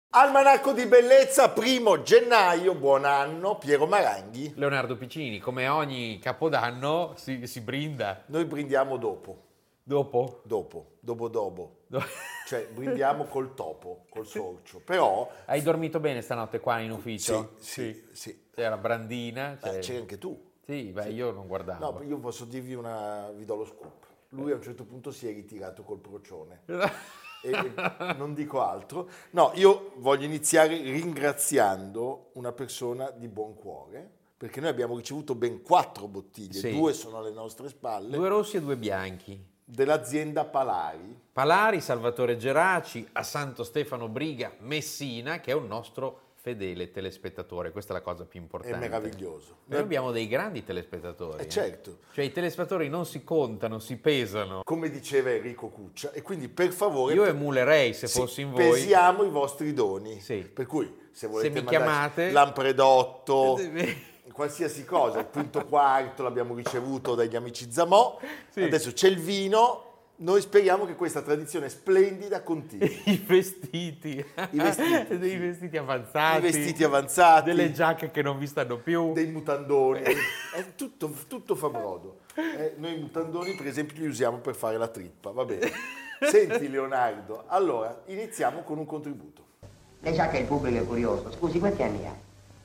Almanacco di bellezza, 1 gennaio, buon anno, Piero Maranghi. Leonardo Piccini, come ogni capodanno si brinda. Noi brindiamo dopo. Dopo? Dopo. Cioè brindiamo col topo, col sorcio. Però... Hai dormito bene stanotte qua in ufficio? Sì. C'era Brandina. C'eri anche tu. Sì, beh, io non guardavo. No, io posso dirvi vi do lo scoop. Lui a un certo punto si è ritirato col procione. E non dico altro. No, io voglio iniziare ringraziando una persona di buon cuore, perché noi abbiamo ricevuto ben 4 bottiglie, Sì. 2 sono alle nostre spalle, 2 rossi e 2 bianchi. dell'azienda Palari. Palari, Salvatore Geraci, a Santo Stefano Briga, Messina, che è un nostro fedele telespettatore. Questa è la cosa più importante. È meraviglioso. Noi abbiamo dei grandi telespettatori. Certo. Cioè i telespettatori non si contano, si pesano. Come diceva Enrico Cuccia, e quindi per favore... Io emulerei se fossi in voi. Pesiamo i vostri doni. Sì. Per cui se volete mi chiamate... Lampredotto, qualsiasi cosa, il punto quarto l'abbiamo ricevuto dagli amici Zamò, sì. Adesso c'è il vino. Noi speriamo che questa tradizione splendida continui. I vestiti dei vestiti avanzati. I vestiti avanzati. Delle giacche che non vi stanno più. Dei mutandoni. È tutto fa brodo. Noi i mutandoni, per esempio, li usiamo per fare la trippa. Va bene. Senti, Leonardo, allora iniziamo con un contributo. Lei sa che il pubblico è curioso. Scusi, quanti anni ha?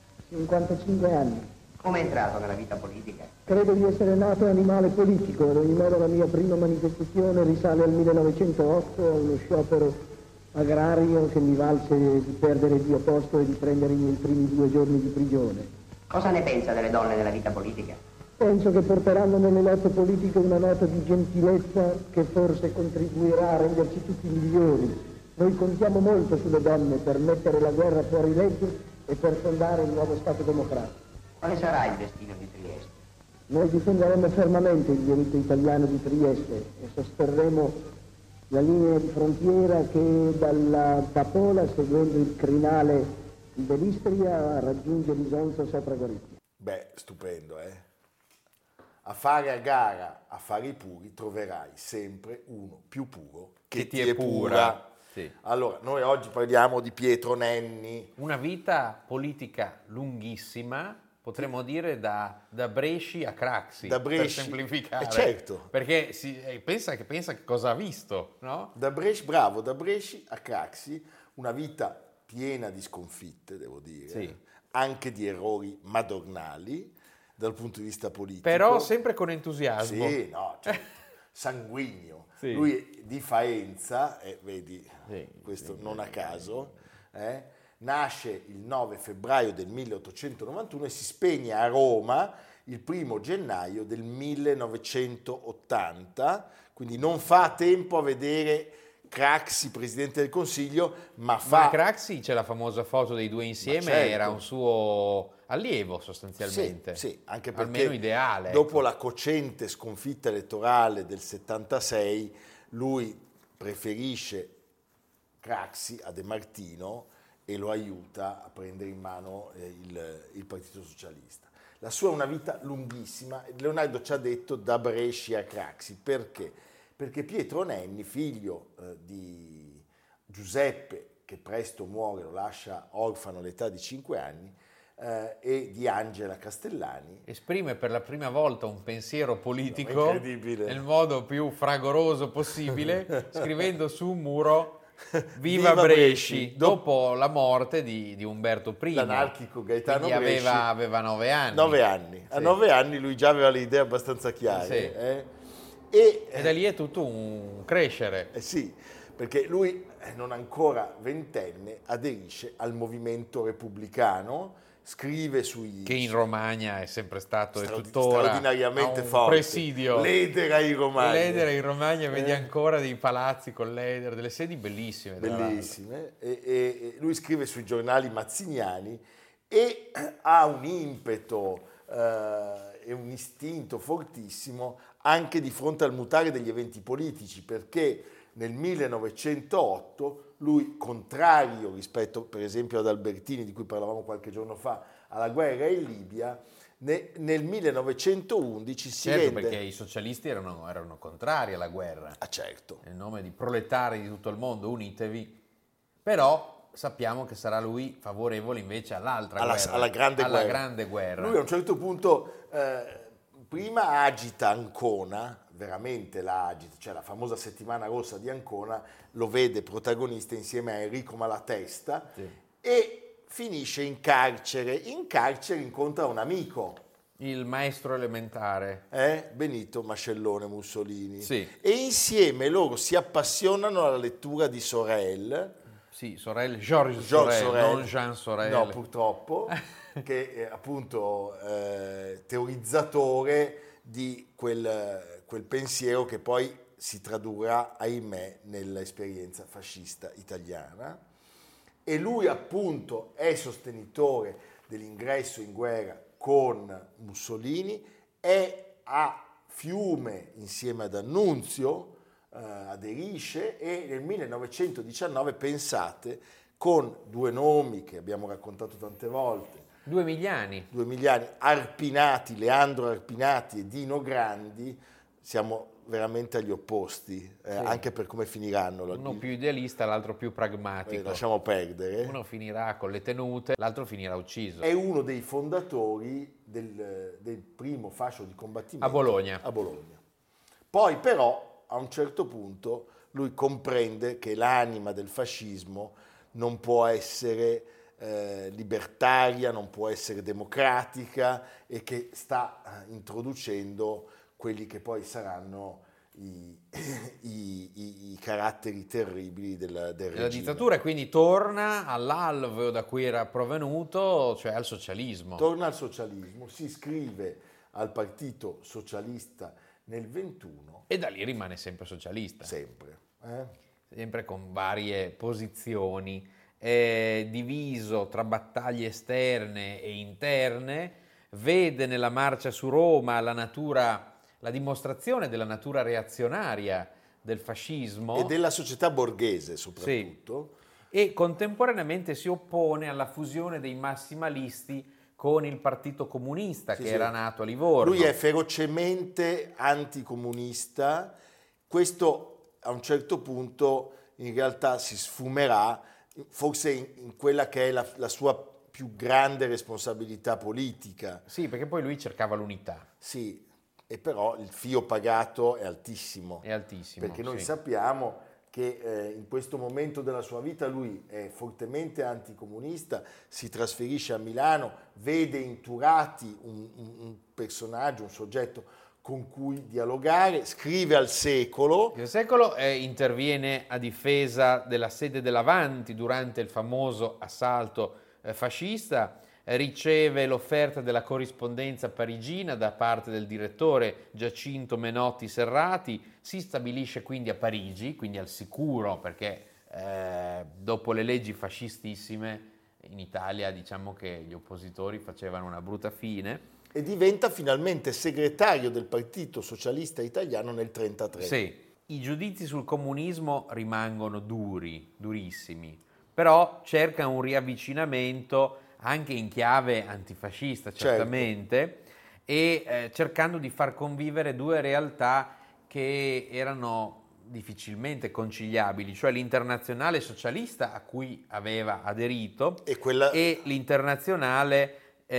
55 anni. Come è entrato nella vita politica? Credo di essere nato animale politico, ad ogni modo la mia prima manifestazione risale al 1908, a uno sciopero agrario che mi valse di perdere il mio posto e di prendere i miei primi 2 giorni di prigione. Cosa ne pensa delle donne nella vita politica? Penso che porteranno nelle lotte politiche una nota di gentilezza che forse contribuirà a renderci tutti migliori. Noi contiamo molto sulle donne per mettere la guerra fuori legge e per fondare il nuovo Stato democratico. Quale sarà il destino di Trieste? Noi difenderemo fermamente il diritto italiano di Trieste e sosterremo la linea di frontiera che dalla Papola, seguendo il crinale dell'Istria, raggiunge l'Isonzo sopra Gorizia. Beh, stupendo, A fare a gara, a fare i puri, troverai sempre uno più puro che ti è pura. Sì. Allora, noi oggi parliamo di Pietro Nenni. Una vita politica lunghissima, potremmo dire da Bresci a Craxi, per semplificare. Certo. Perché pensa che cosa ha visto, no? Da Bresci a Craxi, una vita piena di sconfitte, devo dire, sì. Anche di errori madornali dal punto di vista politico. Però sempre con entusiasmo. Sì, no, certo. Sanguigno. Sì. Lui è di Faenza, vedi, sì, questo sì, non a caso, nasce il 9 febbraio del 1891 e si spegne a Roma il 1 gennaio del 1980, quindi non fa tempo a vedere Craxi presidente del Consiglio, ma Craxi c'è la famosa foto dei 2 insieme, certo. Era un suo allievo sostanzialmente, sì, anche perché almeno ideale. Dopo la cocente sconfitta elettorale del 76, lui preferisce Craxi a De Martino e lo aiuta a prendere in mano il Partito Socialista. La sua è una vita lunghissima. Leonardo ci ha detto da Brescia a Craxi. Perché? Perché Pietro Nenni, figlio di Giuseppe, che presto muore, lo lascia orfano all'età di 5 anni, e di Angela Castellani. Esprime per la prima volta un pensiero politico nel modo più fragoroso possibile, scrivendo su un muro Viva Bresci, dopo la morte di Umberto I, l'anarchico Gaetano Bresci. Bresci. Aveva 9 anni. 9 anni. Sì. A 9 anni lui già aveva le idee abbastanza chiare. Sì. E da lì è tutto un crescere. Sì, perché lui, non ancora ventenne, aderisce al movimento repubblicano, scrive sui... Che in Romagna è sempre stato e tuttora straordinariamente un forte. presidio. L'edera in Romagna. L'edera in Romagna, vedi ancora dei palazzi con l'edera, delle sedi bellissime. Bellissime. E lui scrive sui giornali mazziniani e ha un impeto e un istinto fortissimo anche di fronte al mutare degli eventi politici, perché nel 1908 lui, contrario rispetto per esempio ad Albertini, di cui parlavamo qualche giorno fa, alla guerra in Libia, nel 1911 si rende... perché i socialisti erano contrari alla guerra. Certo. Nel nome di proletari di tutto il mondo, unitevi. Però sappiamo che sarà lui favorevole invece all'altra alla guerra, grande guerra. guerra. Lui a un certo punto prima agita Ancona, veramente la agita, cioè la famosa settimana rossa di Ancona, lo vede protagonista insieme a Enrico Malatesta, sì, e finisce in carcere. In carcere incontra un amico, il maestro elementare, Benito Mascellone Mussolini, sì, e insieme loro si appassionano alla lettura di Sorel. Sì, Georges Sorel, non Jean Sorel. No, purtroppo, che è appunto teorizzatore di quel pensiero che poi si tradurrà, ahimè, nell'esperienza fascista italiana. E lui appunto è sostenitore dell'ingresso in guerra con Mussolini, è a Fiume insieme ad Annunzio, aderisce, e nel 1919, pensate, con due nomi che abbiamo raccontato tante volte, due Emiliani, Arpinati, Leandro Arpinati e Dino Grandi, siamo veramente agli opposti, sì, anche per come finiranno. Uno più idealista, l'altro più pragmatico. Lasciamo perdere. Uno finirà con le tenute, l'altro finirà ucciso. È uno dei fondatori del primo fascio di combattimento a Bologna. Poi però a un certo punto lui comprende che l'anima del fascismo non può essere libertaria, non può essere democratica, e che sta introducendo quelli che poi saranno i caratteri terribili del regime. La dittatura, quindi torna all'alveo da cui era provenuto, cioè al socialismo. Torna al socialismo, si iscrive al Partito Socialista nel 21. E da lì rimane sempre socialista. Sempre. Sempre con varie posizioni, diviso tra battaglie esterne e interne, vede nella marcia su Roma la dimostrazione della natura reazionaria del fascismo. E della società borghese soprattutto. Sì. E contemporaneamente si oppone alla fusione dei massimalisti con il Partito Comunista, che era nato a Livorno. Lui è ferocemente anticomunista. Questo a un certo punto in realtà si sfumerà, forse in quella che è la sua più grande responsabilità politica. Sì, perché poi lui cercava l'unità. Sì, e però il fio pagato è altissimo. È altissimo, perché noi sì, sappiamo che in questo momento della sua vita lui è fortemente anticomunista, si trasferisce a Milano, vede in Turati un personaggio, un soggetto con cui dialogare, scrive al Secolo. Il Secolo interviene a difesa della sede dell'Avanti durante il famoso assalto fascista, riceve l'offerta della corrispondenza parigina da parte del direttore Giacinto Menotti Serrati, si stabilisce quindi a Parigi, quindi al sicuro, perché dopo le leggi fascistissime in Italia diciamo che gli oppositori facevano una brutta fine. E diventa finalmente segretario del Partito Socialista Italiano nel 1933. Sì, i giudizi sul comunismo rimangono durissimi, però cerca un riavvicinamento anche in chiave antifascista, certamente, certo, e cercando di far convivere due realtà che erano difficilmente conciliabili, cioè l'internazionale socialista a cui aveva aderito e l'internazionale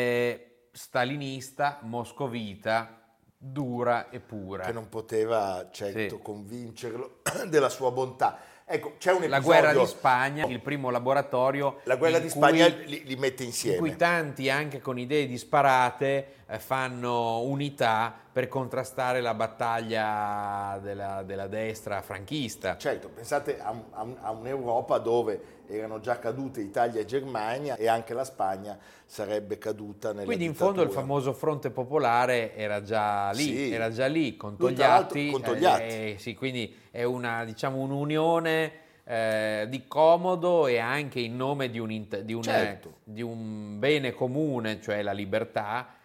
stalinista, moscovita, dura e pura. Che non poteva certo convincerlo della sua bontà. Ecco, c'è un episodio... La guerra di Spagna, il primo laboratorio... La guerra di Spagna li mette insieme. In cui tanti, anche con idee disparate, fanno unità per contrastare la battaglia della destra franchista. Certo, pensate a un'Europa dove erano già cadute Italia e Germania, e anche la Spagna sarebbe caduta nella Quindi dittatura. in fondo il famoso Fronte Popolare era già lì, con Togliatti. Sì, quindi è una, diciamo, un'unione di comodo e anche in nome di un bene comune, cioè la libertà,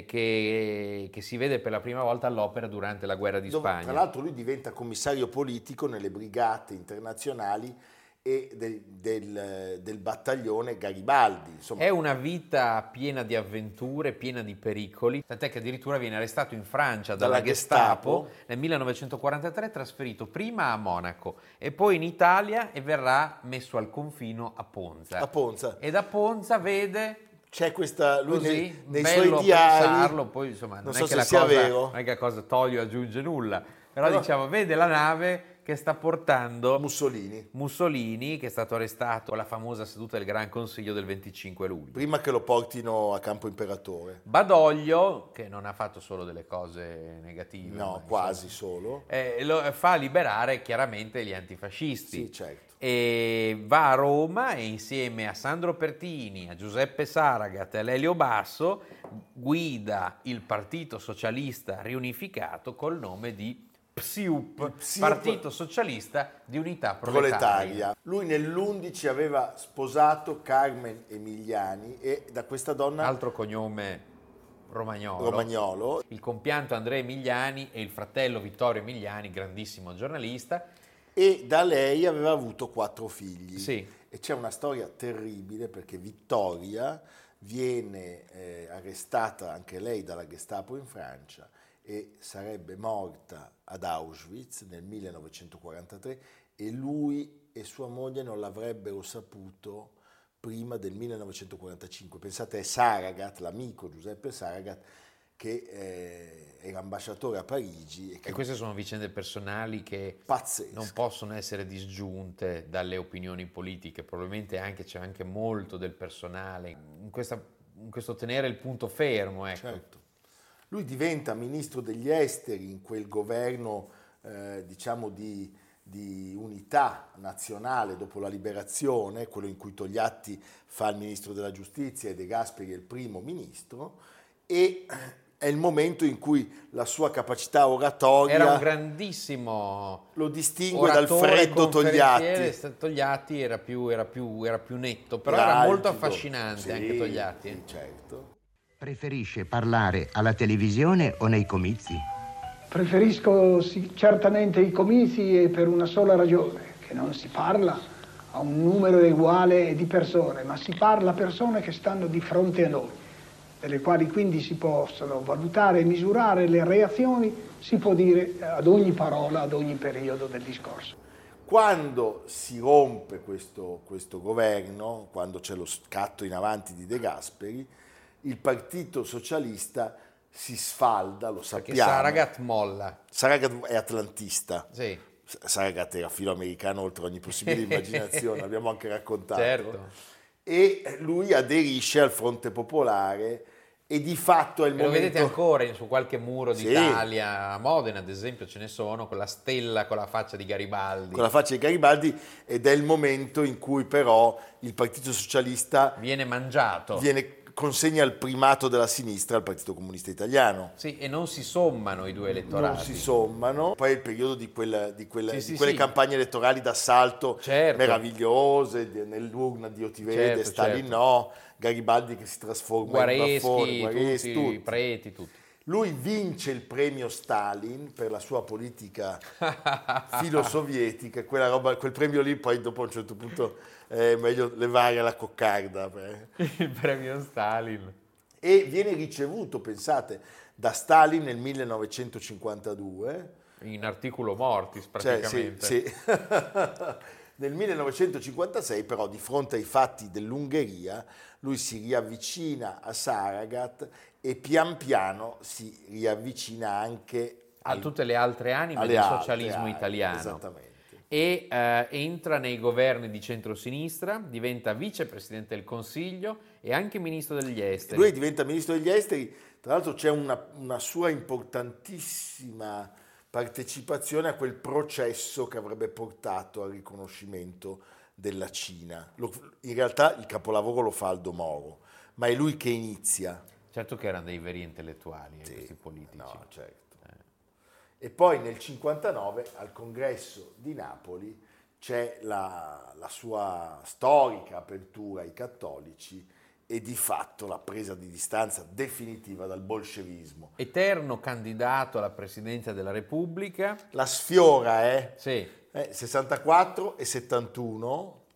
che si vede per la prima volta all'opera durante la guerra di Spagna. Tra l'altro lui diventa commissario politico nelle brigate internazionali e del battaglione Garibaldi. Insomma, è una vita piena di avventure, piena di pericoli, tant'è che addirittura viene arrestato in Francia dalla Gestapo nel 1943, trasferito prima a Monaco e poi in Italia e verrà messo al confino a Ponza. E da Ponza vede... C'è questa, lui così, nei bello suoi diari, pensarlo, poi insomma non è che non è che la cosa toglie o aggiunge nulla, però diciamo vede la nave che sta portando Mussolini, che è stato arrestato alla famosa seduta del Gran Consiglio del 25 luglio. Prima che lo portino a Campo Imperatore. Badoglio, che non ha fatto solo delle cose negative. No, quasi solo. Lo fa liberare chiaramente gli antifascisti. Sì, certo. E va a Roma e insieme a Sandro Pertini, a Giuseppe Saragat e a Lelio Basso guida il Partito Socialista Riunificato col nome di PSIUP, Partito Socialista di Unità Proletaria. Lui nell'11 aveva sposato Carmen Emiliani e da questa donna... Altro cognome Romagnolo. Il compianto Andrea Emiliani e il fratello Vittorio Emiliani, grandissimo giornalista. E da lei aveva avuto 4 figli. Sì. E c'è una storia terribile perché Vittoria viene arrestata anche lei dalla Gestapo in Francia e sarebbe morta ad Auschwitz nel 1943 e lui e sua moglie non l'avrebbero saputo prima del 1945. Pensate, è Saragat, l'amico Giuseppe Saragat, che era ambasciatore a Parigi. E queste sono vicende personali che pazzesche. Non possono essere disgiunte dalle opinioni politiche, probabilmente c'è anche molto del personale, in questo tenere il punto fermo. Ecco. Certo. Lui diventa ministro degli esteri in quel governo, diciamo, di unità nazionale dopo la liberazione, quello in cui Togliatti fa il ministro della giustizia e De Gasperi è il primo ministro, e è il momento in cui la sua capacità oratoria... Era un grandissimo... Lo distingue dal freddo Togliatti. Togliatti era più netto, però era molto affascinante anche Togliatti. Sì, certo. Preferisce parlare alla televisione o nei comizi? Preferisco certamente i comizi e per una sola ragione, che non si parla a un numero uguale di persone, ma si parla a persone che stanno di fronte a noi, delle quali quindi si possono valutare e misurare le reazioni, si può dire ad ogni parola, ad ogni periodo del discorso. Quando si rompe questo governo, quando c'è lo scatto in avanti di De Gasperi, il Partito Socialista si sfalda, lo sappiamo. Perché Saragat molla. Saragat è atlantista. Sì. Saragat era filoamericano oltre ogni possibile immaginazione, l'abbiamo anche raccontato. Certo. E lui aderisce al Fronte Popolare e di fatto è il momento... Lo vedete ancora su qualche muro d'Italia, a Modena ad esempio ce ne sono, con la stella con la faccia di Garibaldi. Con la faccia di Garibaldi, ed è il momento in cui però il Partito Socialista... viene mangiato. Consegna il primato della sinistra al Partito Comunista Italiano. Sì, e non si sommano i due elettorati. Non si sommano. Poi è il periodo di quelle campagne elettorali d'assalto meravigliose, nell'urna Dio ti vede, Stalin no, Garibaldi che si trasforma in baffone, Guareschi, tutti. I preti, tutti. Lui vince il premio Stalin per la sua politica filosovietica, quel premio lì poi dopo a un certo punto è meglio levare la coccarda. Il premio Stalin. E viene ricevuto, pensate, da Stalin nel 1952. In articulo mortis praticamente. Sì. Nel 1956 però di fronte ai fatti dell'Ungheria lui si riavvicina a Saragat e pian piano si riavvicina anche a tutte le altre anime del socialismo italiano. Esattamente. E entra nei governi di centrosinistra, diventa vicepresidente del Consiglio e anche ministro degli esteri. Lui diventa ministro degli esteri, tra l'altro c'è una sua importantissima partecipazione a quel processo che avrebbe portato al riconoscimento della Cina. In realtà il capolavoro lo fa Aldo Moro, ma è lui che inizia. Certo che erano dei veri intellettuali, questi politici. No, certo. E poi nel 1959 al Congresso di Napoli c'è la sua storica apertura ai cattolici e di fatto la presa di distanza definitiva dal bolscevismo. Eterno candidato alla presidenza della Repubblica. La sfiora, Sì. 64 e 71.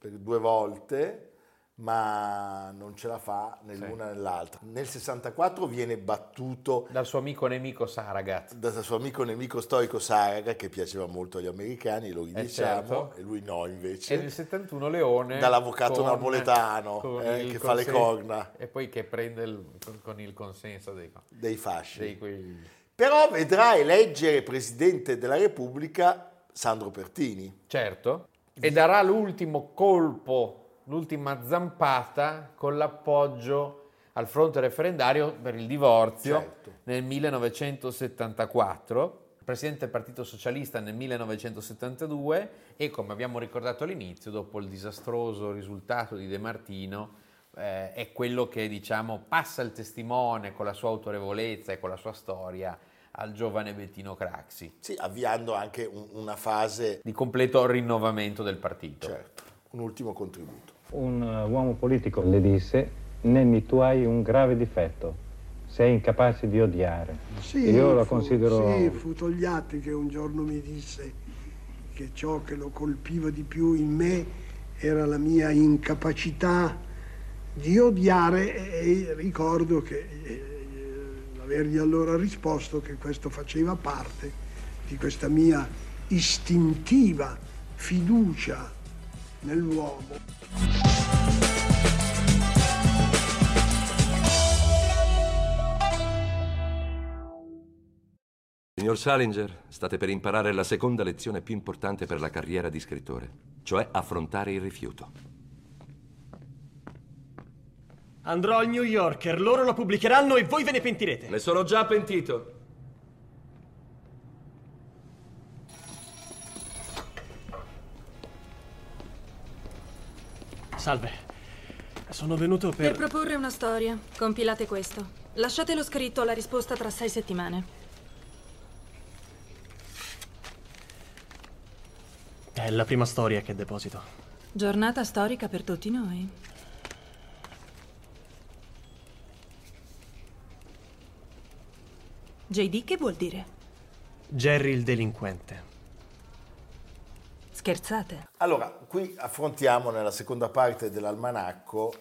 per 2 volte, ma non ce la fa né l'una né l'altra. Nel 64 viene battuto dal suo amico nemico Saragat. Dal suo amico nemico storico Saragat, che piaceva molto agli americani, lo ridiciamo, certo. E lui no invece. E nel 71 Leone dall'avvocato napoletano che fa le corna. E poi che prende con il consenso dei fasci. Quei... Però vedrà eleggere Presidente della Repubblica Sandro Pertini. Certo. E darà l'ultimo colpo, l'ultima zampata con l'appoggio al fronte referendario per il divorzio nel 1974, presidente del Partito Socialista nel 1972 e, come abbiamo ricordato all'inizio, dopo il disastroso risultato di De Martino, è quello che, diciamo, passa il testimone con la sua autorevolezza e con la sua storia al giovane Bettino Craxi. Sì, avviando anche una fase di completo rinnovamento del partito. Certo, un ultimo contributo. Un uomo politico le disse: Nenni, tu hai un grave difetto, sei incapace di odiare. Sì, io la considero... Sì, fu Togliatti che un giorno mi disse che ciò che lo colpiva di più in me era la mia incapacità di odiare, e ricordo che avergli allora risposto che questo faceva parte di questa mia istintiva fiducia nell'uomo. Signor Salinger, state per imparare la seconda lezione più importante per la carriera di scrittore, cioè affrontare il rifiuto. Andrò al New Yorker, loro lo pubblicheranno e voi ve ne pentirete. Ne sono già pentito. Salve, sono venuto per proporre una storia. Compilate questo. Lasciatelo scritto la risposta tra 6 settimane. È la prima storia che deposito. Giornata storica per tutti noi. JD che vuol dire? Jerry il delinquente. Scherzate? Allora, qui affrontiamo nella seconda parte dell'almanacco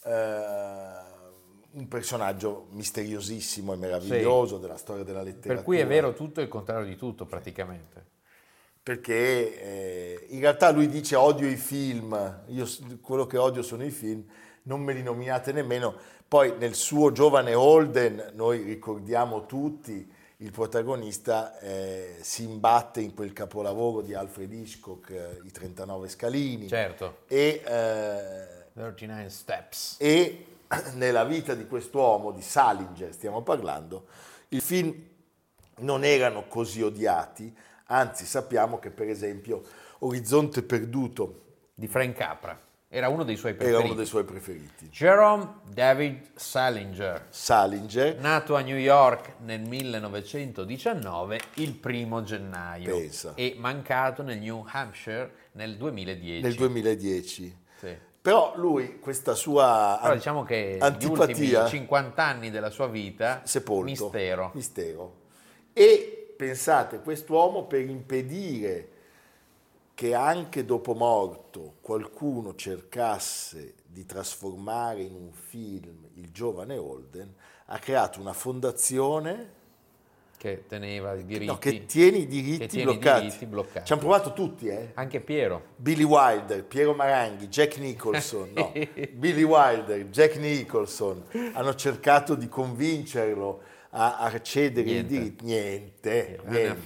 un personaggio misteriosissimo e meraviglioso della storia della letteratura. Per cui è vero tutto e il contrario di tutto, praticamente. Perché in realtà lui dice: odio i film, io quello che odio sono i film, non me li nominate nemmeno. Poi nel suo giovane Holden, noi ricordiamo tutti, il protagonista si imbatte in quel capolavoro di Alfred Hitchcock, I 39 scalini. Certo. E 39 Steps. E nella vita di quest'uomo, di Salinger stiamo parlando, i film non erano così odiati, anzi sappiamo che per esempio Orizzonte perduto di Frank Capra era uno dei suoi preferiti. Jerome David Salinger, nato a New York nel 1919, il 1 gennaio. Pensa. E mancato nel New Hampshire nel 2010. Nel 2010. Sì. Però lui, questa sua diciamo che antipatia, gli ultimi 50 anni della sua vita, sepolto, mistero. E pensate, quest'uomo, per impedire che anche dopo morto qualcuno cercasse di trasformare in un film il giovane Holden, ha creato una fondazione che teneva i diritti, che tiene i diritti bloccati. Ci hanno provato tutti, anche Piero. Billy Wilder, Piero Maranghi, Jack Nicholson, Billy Wilder, Jack Nicholson hanno cercato di convincerlo a cedere i diritti. Niente.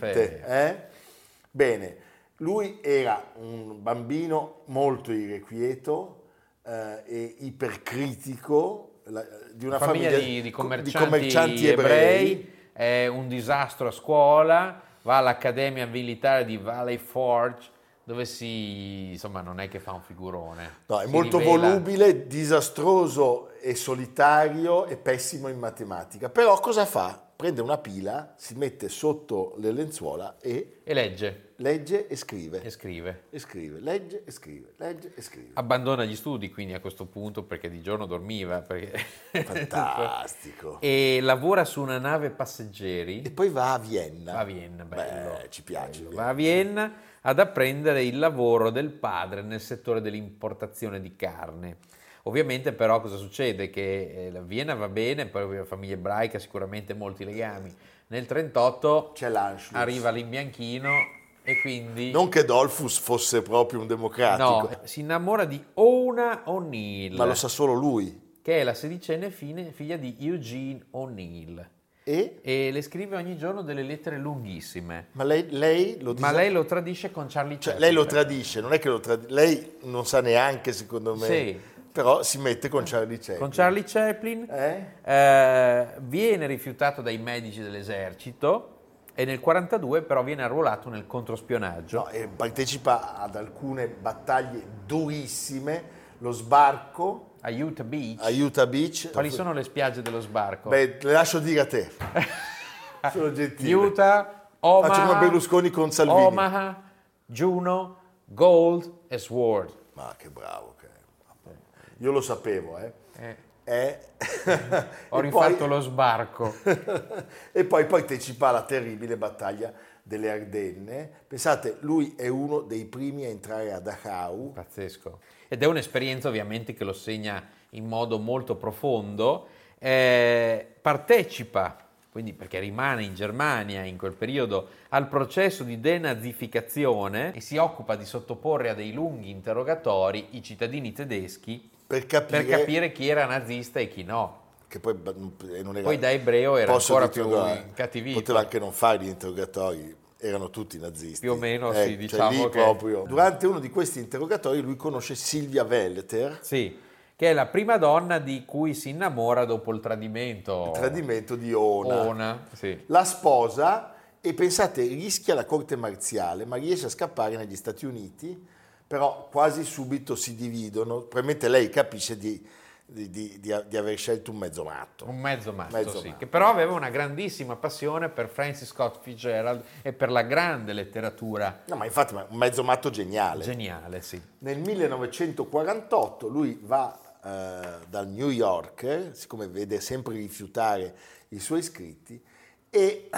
Bene, lui era un bambino molto irrequieto e ipercritico di una famiglia di commercianti ebrei. È un disastro a scuola, va all'Accademia Militare di Valley Forge, dove non è che fa un figurone. No, è molto volubile, disastroso e solitario e pessimo in matematica. Però cosa fa? prende una pila, si mette sotto le lenzuola e legge. Legge e scrive. Legge e scrive. Abbandona gli studi quindi a questo punto perché di giorno dormiva. Fantastico. E lavora su una nave passeggeri. E poi va a Vienna. Bello. Ci piace. Bello. Va a Vienna ad apprendere il lavoro del padre nel settore dell'importazione di carne. Ovviamente però cosa succede? Che la Vienna va bene, poi la famiglia ebraica sicuramente molti legami. Nel 1938 c'è l'Anschluss. Arriva l'imbianchino e quindi... Non che Dollfuss fosse proprio un democratico. No, si innamora di Oona O'Neill. Ma lo sa solo lui. Che è la sedicenne figlia di Eugene O'Neill. E le scrive ogni giorno delle lettere lunghissime. Ma lei lo tradisce con Charlie Chaplin. Cioè, lei lo tradisce, non è che lei non sa neanche, secondo me. Sì. Però si mette con Charlie Chaplin. Con Charlie Chaplin viene rifiutato dai medici dell'esercito e nel 1942 però viene arruolato nel controspionaggio. No, e partecipa ad alcune battaglie durissime, lo sbarco a Utah Beach. Quali sono le spiagge dello sbarco? Beh, le lascio dire a te. Sono gentile. Utah, Omaha, faccio come Berlusconi con Salvini. Omaha, Juno, Gold e Sword. Ma che bravo che è. Io lo sapevo, Ho rifatto lo sbarco. E poi partecipa alla terribile battaglia delle Ardenne. Pensate, lui è uno dei primi a entrare a Dachau. Pazzesco. Ed è un'esperienza ovviamente che lo segna in modo molto profondo. Partecipa, quindi perché rimane in Germania in quel periodo, al processo di denazificazione e si occupa di sottoporre a dei lunghi interrogatori i cittadini tedeschi per capire chi era nazista e chi no. Che poi non era, poi da ebreo era ancora più incattivito. Poteva anche non fare gli interrogatori, erano tutti nazisti. Più o meno sì, diciamo cioè lì che... proprio. Durante uno di questi interrogatori lui conosce Silvia Welter. Sì, che è la prima donna di cui si innamora dopo il tradimento. Il tradimento di Oona. Sì. La sposa e pensate, rischia la corte marziale, ma riesce a scappare negli Stati Uniti, però quasi subito si dividono. Probabilmente lei capisce di aver scelto un mezzo matto. Un mezzo matto. Che però aveva una grandissima passione per Francis Scott Fitzgerald e per la grande letteratura. No, ma infatti un mezzo matto geniale. Geniale, sì. Nel 1948 lui va dal New Yorker, siccome vede sempre rifiutare i suoi scritti, e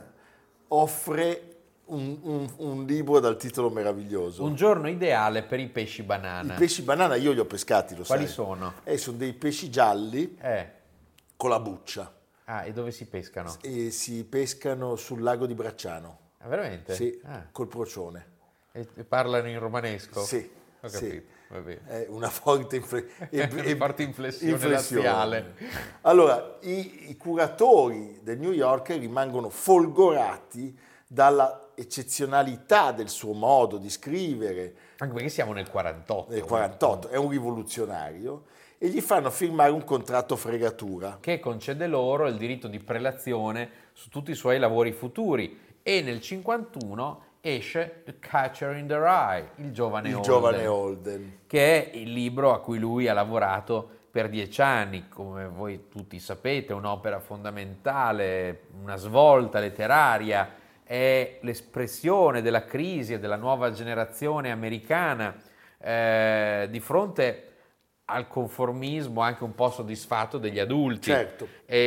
offre un libro dal titolo meraviglioso. Un giorno ideale per i pesci banana. I pesci banana io li ho pescati, lo sai. Quali sono? Sono dei pesci gialli con la buccia. Ah, e dove si pescano? E si pescano sul lago di Bracciano. Ah, veramente? Sì, col procione. E parlano in romanesco? Sì. Ho capito. Va bene. È una forte, forte inflessione laziale. Allora, i curatori del New Yorker rimangono folgorati dalla eccezionalità del suo modo di scrivere. Anche perché siamo nel 48. Nel 48, è un rivoluzionario, e gli fanno firmare un contratto fregatura. Che concede loro il diritto di prelazione su tutti i suoi lavori futuri. E nel 51 esce The Catcher in the Rye, il giovane Holden, che è il libro a cui lui ha lavorato per 10 anni, come voi tutti sapete, un'opera fondamentale, una svolta letteraria, è l'espressione della crisi e della nuova generazione americana di fronte al conformismo anche un po' soddisfatto degli adulti. Certo.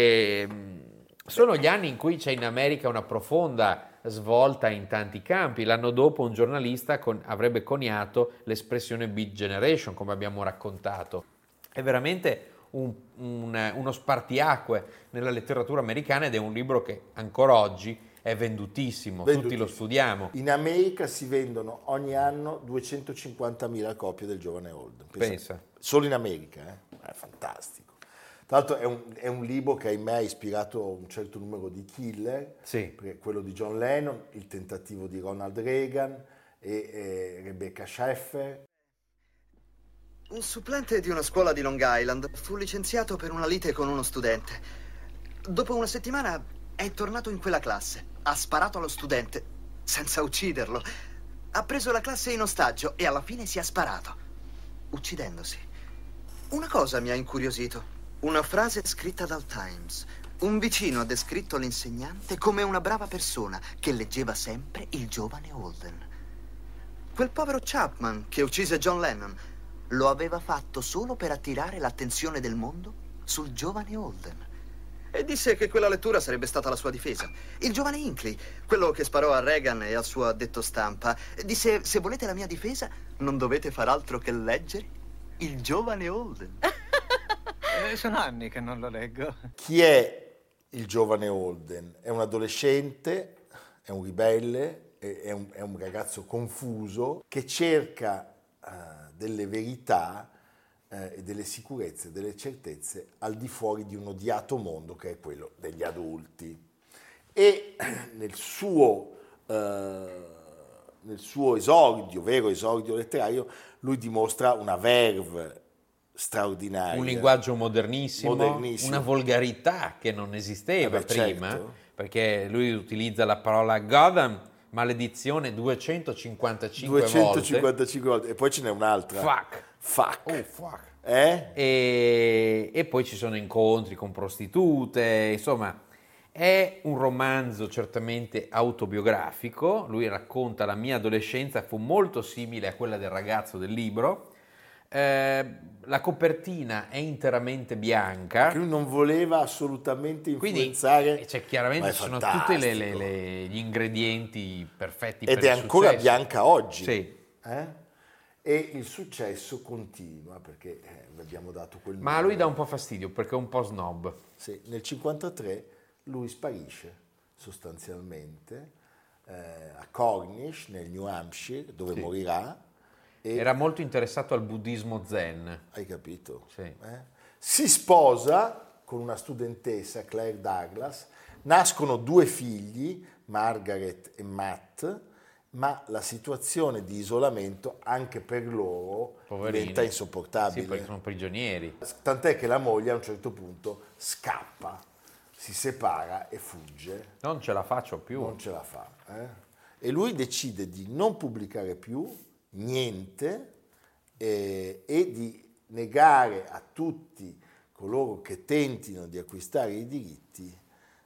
Sono gli anni in cui c'è in America una profonda svolta in tanti campi. L'anno dopo un giornalista avrebbe coniato l'espressione Beat Generation, come abbiamo raccontato. È veramente uno spartiacque nella letteratura americana ed è un libro che ancora oggi è vendutissimo, tutti lo studiamo. In America si vendono ogni anno 250.000 copie del giovane Holden. Pensa. Solo in America, è fantastico. Tra l'altro è un libro che ahimè ha ispirato un certo numero di killer, sì. Quello di John Lennon, il tentativo di Ronald Reagan e Rebecca Schaeffer. Un supplente di una scuola di Long Island fu licenziato per una lite con uno studente. Dopo una settimana è tornato in quella classe, ha sparato allo studente senza ucciderlo, ha preso la classe in ostaggio e alla fine si è sparato, uccidendosi. Una cosa mi ha incuriosito. Una frase scritta dal Times. Un vicino ha descritto l'insegnante come una brava persona che leggeva sempre il giovane Holden. Quel povero Chapman che uccise John Lennon lo aveva fatto solo per attirare l'attenzione del mondo sul giovane Holden. E disse che quella lettura sarebbe stata la sua difesa. Il giovane Hinckley, quello che sparò a Reagan e al suo addetto stampa, disse: se volete la mia difesa, non dovete far altro che leggere il giovane Holden. Sono anni che non lo leggo. Chi è il giovane Holden? È un adolescente, è un ribelle, è un ragazzo confuso che cerca delle verità e delle sicurezze, delle certezze al di fuori di un odiato mondo che è quello degli adulti. E nel suo esordio, vero esordio letterario, lui dimostra una verve straordinaria. Un linguaggio modernissimo, una volgarità che non esisteva prima, certo. Perché lui utilizza la parola Gotham, maledizione, 255 volte. E poi ce n'è un'altra. Fuck. Oh, fuck. E poi ci sono incontri con prostitute, insomma, è un romanzo certamente autobiografico. Lui racconta la mia adolescenza, fu molto simile a quella del ragazzo del libro. La copertina è interamente bianca. Perché lui non voleva assolutamente influenzare. Quindi, chiaramente ci sono tutti gli ingredienti perfetti ed per il è ancora successo. bianca oggi. Sì. E il successo continua perché vi abbiamo dato quel Ma a lui dà un po' fastidio perché è un po' snob. Sì, nel 1953 lui sparisce sostanzialmente a Cornish nel New Hampshire dove morirà. Era molto interessato al buddismo zen. Hai capito? Sì. Si sposa con una studentessa, Claire Douglas, nascono 2 figli, Margaret e Matt, ma la situazione di isolamento anche per loro diventa insopportabile. Sì, perché sono prigionieri. Tant'è che la moglie a un certo punto scappa, si separa e fugge. Non ce la faccio più. Non ce la fa. E lui decide di non pubblicare più niente e di negare a tutti coloro che tentino di acquistare i diritti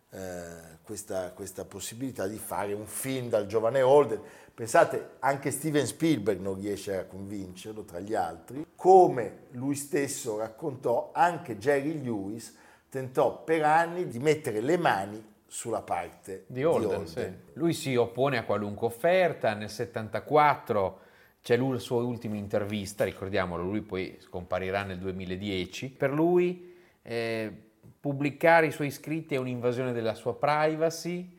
questa possibilità di fare un film dal giovane Holden. Pensate, anche Steven Spielberg non riesce a convincerlo, tra gli altri. Come lui stesso raccontò, anche Jerry Lewis tentò per anni di mettere le mani sulla parte di Holden. Sì. Lui si oppone a qualunque offerta. Nel 1974 c'è la sua ultima intervista, ricordiamolo, lui poi scomparirà nel 2010. Per lui pubblicare i suoi scritti è un'invasione della sua privacy,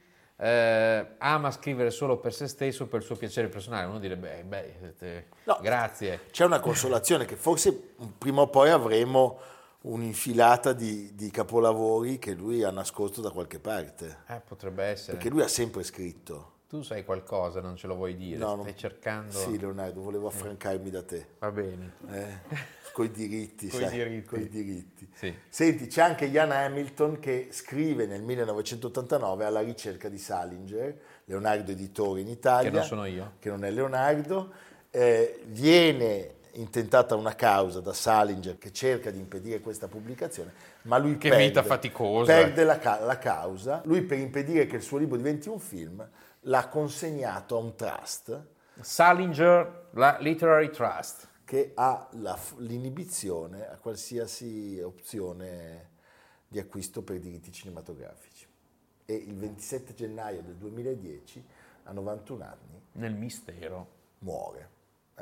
ama scrivere solo per se stesso, per il suo piacere personale. Uno direbbe, no, grazie. C'è una consolazione che forse prima o poi avremo un'infilata di capolavori che lui ha nascosto da qualche parte. Potrebbe essere. Perché lui ha sempre scritto. Tu sai qualcosa, non ce lo vuoi dire? No, stai cercando... Sì, Leonardo, volevo affrancarmi da te. Va bene. Coi diritti, coi diritti. Sì. Senti, c'è anche Ian Hamilton che scrive nel 1989 alla ricerca di Salinger, Leonardo editore in Italia. Che non sono io. Che non è Leonardo. Viene intentata una causa da Salinger che cerca di impedire questa pubblicazione, ma lui vita faticosa. Perde la causa. Lui, per impedire che il suo libro diventi un film, l'ha consegnato a un trust. Salinger Literary Trust. Che ha l'inibizione a qualsiasi opzione di acquisto per diritti cinematografici. E il 27 gennaio del 2010, a 91 anni, nel mistero, muore,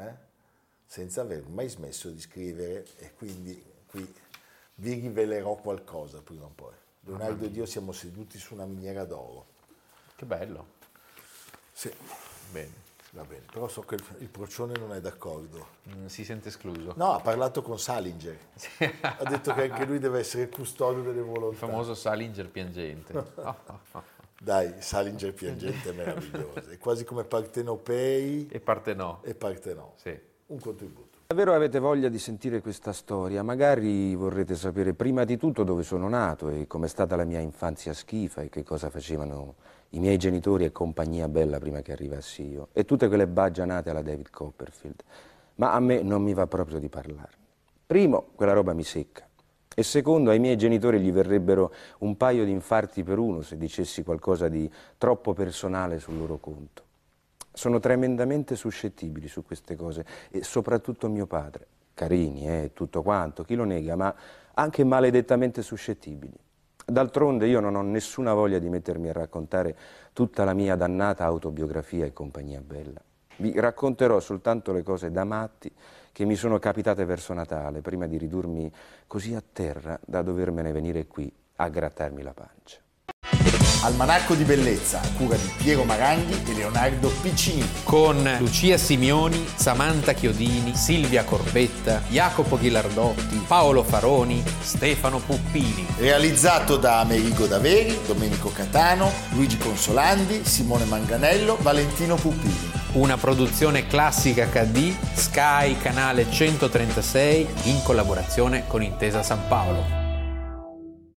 senza aver mai smesso di scrivere, e quindi qui vi rivelerò qualcosa prima o poi. Leonardo ed io siamo seduti su una miniera d'oro. Che bello. Sì. Bene. Va bene, però so che il procione non è d'accordo. Si sente escluso. No, ha parlato con Salinger. Ha detto che anche lui deve essere il custode delle volontà. Il famoso Salinger piangente. Dai, Salinger piangente è meraviglioso. È quasi come Partenopei e Partenò. Sì. Un contributo. Davvero avete voglia di sentire questa storia? Magari vorrete sapere prima di tutto dove sono nato e com'è stata la mia infanzia schifa e che cosa facevano i miei genitori e compagnia bella prima che arrivassi io, e tutte quelle baggianate alla David Copperfield. Ma a me non mi va proprio di parlarne. Primo, quella roba mi secca. E secondo, ai miei genitori gli verrebbero un paio di infarti per uno se dicessi qualcosa di troppo personale sul loro conto. Sono tremendamente suscettibili su queste cose, e soprattutto mio padre. Carini, tutto quanto, chi lo nega, ma anche maledettamente suscettibili. D'altronde io non ho nessuna voglia di mettermi a raccontare tutta la mia dannata autobiografia e compagnia bella. Vi racconterò soltanto le cose da matti che mi sono capitate verso Natale, prima di ridurmi così a terra da dovermene venire qui a grattarmi la pancia. Almanacco di bellezza, a cura di Piero Maranghi e Leonardo Piccini. Con Lucia Simioni, Samantha Chiodini, Silvia Corbetta, Jacopo Ghilardotti, Paolo Faroni, Stefano Puppini. Realizzato da Amerigo Daveri, Domenico Catano, Luigi Consolandi, Simone Manganello, Valentino Puppini. Una produzione Classica HD, Sky, canale 136, in collaborazione con Intesa San Paolo.